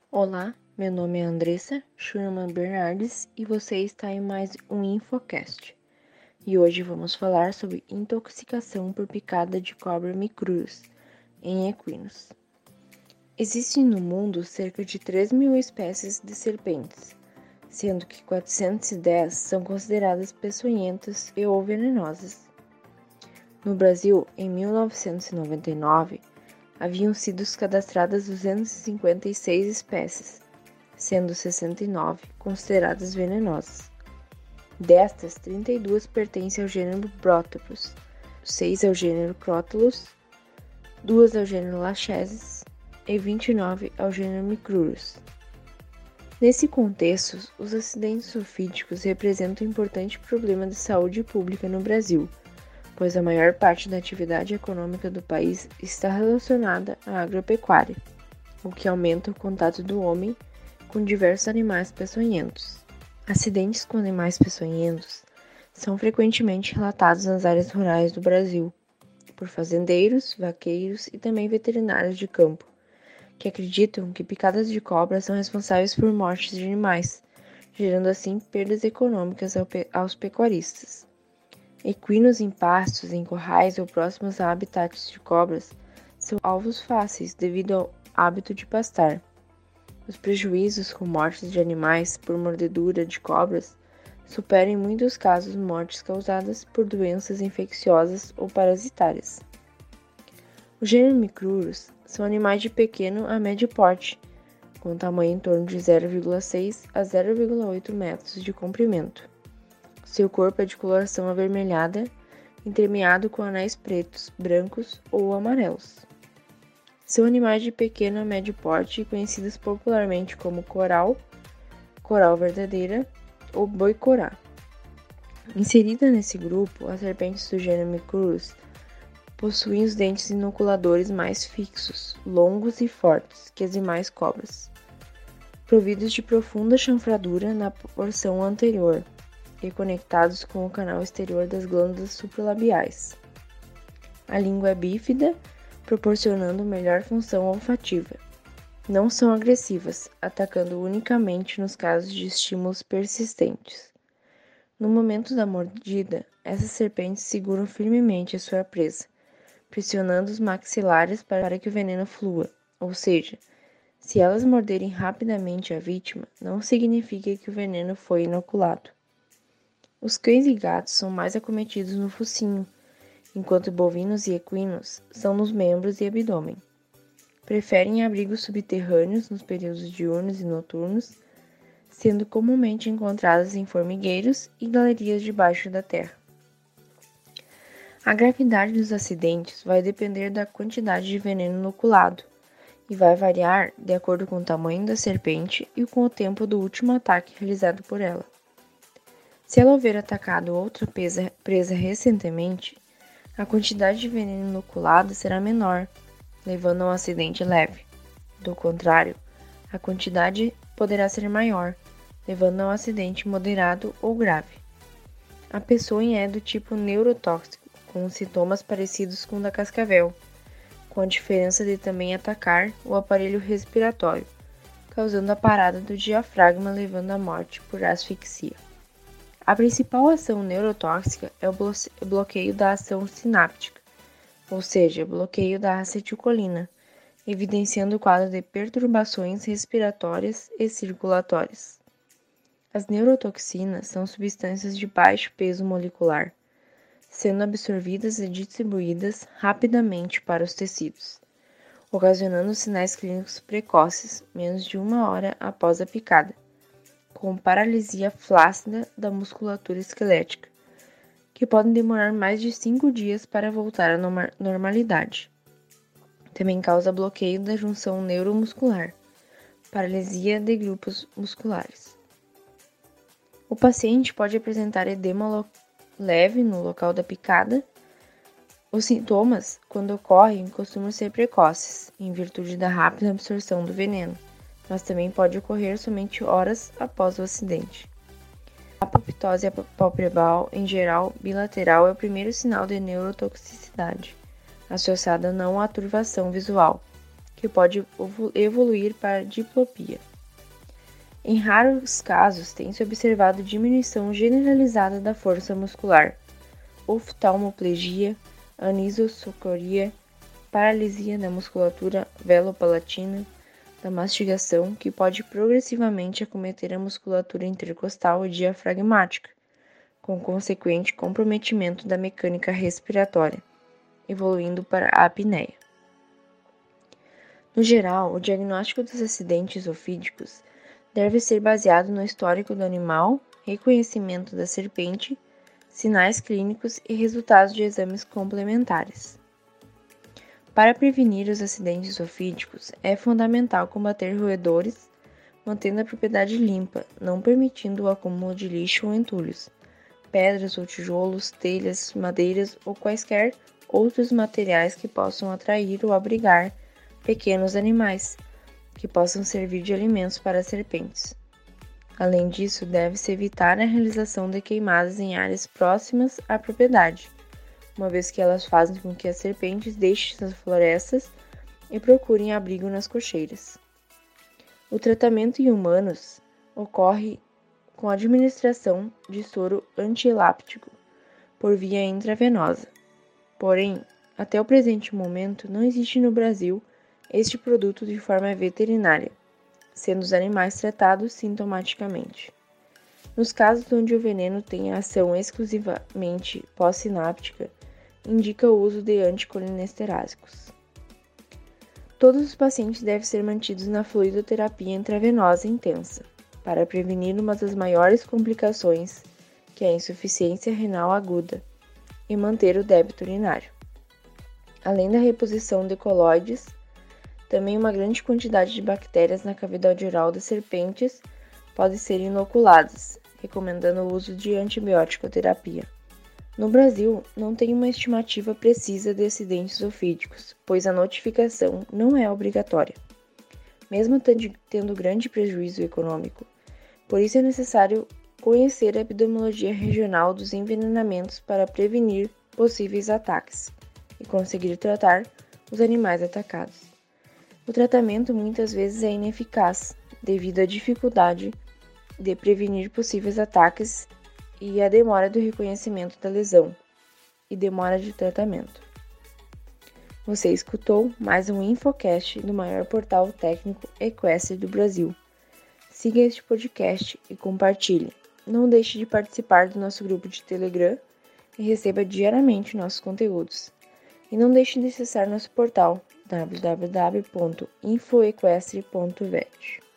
Olá, meu nome é Andressa Schurman Bernardes e você está em mais um Infocast. E hoje vamos falar sobre intoxicação por picada de cobra micrurus em equinos. Existem no mundo cerca de 3.000 espécies de serpentes, sendo que 410 são consideradas peçonhentas e ou venenosas. No Brasil, em 1999, haviam sido cadastradas 256 espécies, sendo 69 consideradas venenosas. Destas, 32 pertencem ao gênero Protoplus, 6 ao gênero Crotalus, 2 ao gênero Lachesis e 29 ao gênero Micrurus. Nesse contexto, os acidentes zoofídicos representam um importante problema de saúde pública no Brasil, pois a maior parte da atividade econômica do país está relacionada à agropecuária, o que aumenta o contato do homem com diversos animais peçonhentos. Acidentes com animais peçonhentos são frequentemente relatados nas áreas rurais do Brasil, por fazendeiros, vaqueiros e também veterinários de campo, que acreditam que picadas de cobra são responsáveis por mortes de animais, gerando assim perdas econômicas aos pecuaristas. Equinos em pastos, em currais ou próximos a habitats de cobras são alvos fáceis devido ao hábito de pastar. Os prejuízos com mortes de animais por mordedura de cobras superam em muitos casos mortes causadas por doenças infecciosas ou parasitárias. O gênero Micrurus são animais de pequeno a médio porte, com tamanho em torno de 0,6 a 0,8 metros de comprimento. Seu corpo é de coloração avermelhada, entremeado com anéis pretos, brancos ou amarelos. São animais de pequeno a médio porte, conhecidos popularmente como coral, coral verdadeira ou boi-corá. Inserida nesse grupo, as serpentes do gênero Micrurus possuem os dentes inoculadores mais fixos, longos e fortes que as demais cobras, providos de profunda chanfradura na porção anterior e conectados com o canal exterior das glândulas supralabiais. A língua é bífida, proporcionando melhor função olfativa. Não são agressivas, atacando unicamente nos casos de estímulos persistentes. No momento da mordida, essas serpentes seguram firmemente a sua presa, pressionando os maxilares para que o veneno flua, ou seja, se elas morderem rapidamente a vítima, não significa que o veneno foi inoculado. Os cães e gatos são mais acometidos no focinho, enquanto bovinos e equinos são nos membros e abdômen. Preferem abrigos subterrâneos nos períodos diurnos e noturnos, sendo comumente encontradas em formigueiros e galerias debaixo da terra. A gravidade dos acidentes vai depender da quantidade de veneno inoculado e vai variar de acordo com o tamanho da serpente e com o tempo do último ataque realizado por ela. Se ela houver atacado outra presa recentemente, a quantidade de veneno inoculado será menor, levando a um acidente leve. Do contrário, a quantidade poderá ser maior, levando a um acidente moderado ou grave. A peçonha é do tipo neurotóxico, com sintomas parecidos com o da cascavel, com a diferença de também atacar o aparelho respiratório, causando a parada do diafragma, levando à morte por asfixia. A principal ação neurotóxica é o bloqueio da ação sináptica, ou seja, bloqueio da acetilcolina, evidenciando o quadro de perturbações respiratórias e circulatórias. As neurotoxinas são substâncias de baixo peso molecular, sendo absorvidas e distribuídas rapidamente para os tecidos, ocasionando sinais clínicos precoces menos de 1 hora após a picada, com paralisia flácida da musculatura esquelética, que podem demorar mais de 5 dias para voltar à normalidade. Também causa bloqueio da junção neuromuscular, paralisia de grupos musculares. O paciente pode apresentar edema leve no local da picada. Os sintomas, quando ocorrem, costumam ser precoces, em virtude da rápida absorção do veneno, mas também pode ocorrer somente horas após o acidente. A apoptose palpebral, em geral bilateral, é o primeiro sinal de neurotoxicidade, associada não à turvação visual, que pode evoluir para diplopia. Em raros casos, tem-se observado diminuição generalizada da força muscular, oftalmoplegia, anisocoria, paralisia da musculatura velopalatina, da mastigação, que pode progressivamente acometer a musculatura intercostal e diafragmática, com consequente comprometimento da mecânica respiratória, evoluindo para a apneia. No geral, o diagnóstico dos acidentes ofídicos deve ser baseado no histórico do animal, reconhecimento da serpente, sinais clínicos e resultados de exames complementares. Para prevenir os acidentes ofídicos, é fundamental combater roedores, mantendo a propriedade limpa, não permitindo o acúmulo de lixo ou entulhos, pedras ou tijolos, telhas, madeiras ou quaisquer outros materiais que possam atrair ou abrigar pequenos animais, que possam servir de alimentos para serpentes. Além disso, deve-se evitar a realização de queimadas em áreas próximas à propriedade, uma vez que elas fazem com que as serpentes deixem suas florestas e procurem abrigo nas cocheiras. O tratamento em humanos ocorre com a administração de soro antiláptico por via intravenosa. Porém, até o presente momento, não existe no Brasil este produto de forma veterinária, sendo os animais tratados sintomaticamente. Nos casos onde o veneno tem ação exclusivamente pós-sináptica, indica o uso de anticolinesterásicos. Todos os pacientes devem ser mantidos na fluidoterapia intravenosa intensa, para prevenir uma das maiores complicações, que é a insuficiência renal aguda, e manter o débito urinário. Além da reposição de colóides, também uma grande quantidade de bactérias na cavidade oral das serpentes pode ser inoculadas, recomendando o uso de antibiótico-terapia. No Brasil, não tem uma estimativa precisa de acidentes ofídicos, pois a notificação não é obrigatória, mesmo tendo grande prejuízo econômico. Por isso é necessário conhecer a epidemiologia regional dos envenenamentos para prevenir possíveis ataques e conseguir tratar os animais atacados. O tratamento muitas vezes é ineficaz, devido à dificuldade de prevenir possíveis ataques e à demora do reconhecimento da lesão e demora de tratamento. Você escutou mais um Infocast do maior portal técnico equestre do Brasil. Siga este podcast e compartilhe. Não deixe de participar do nosso grupo de Telegram e receba diariamente nossos conteúdos. E não deixe de acessar nosso portal www.infoequestre.vet.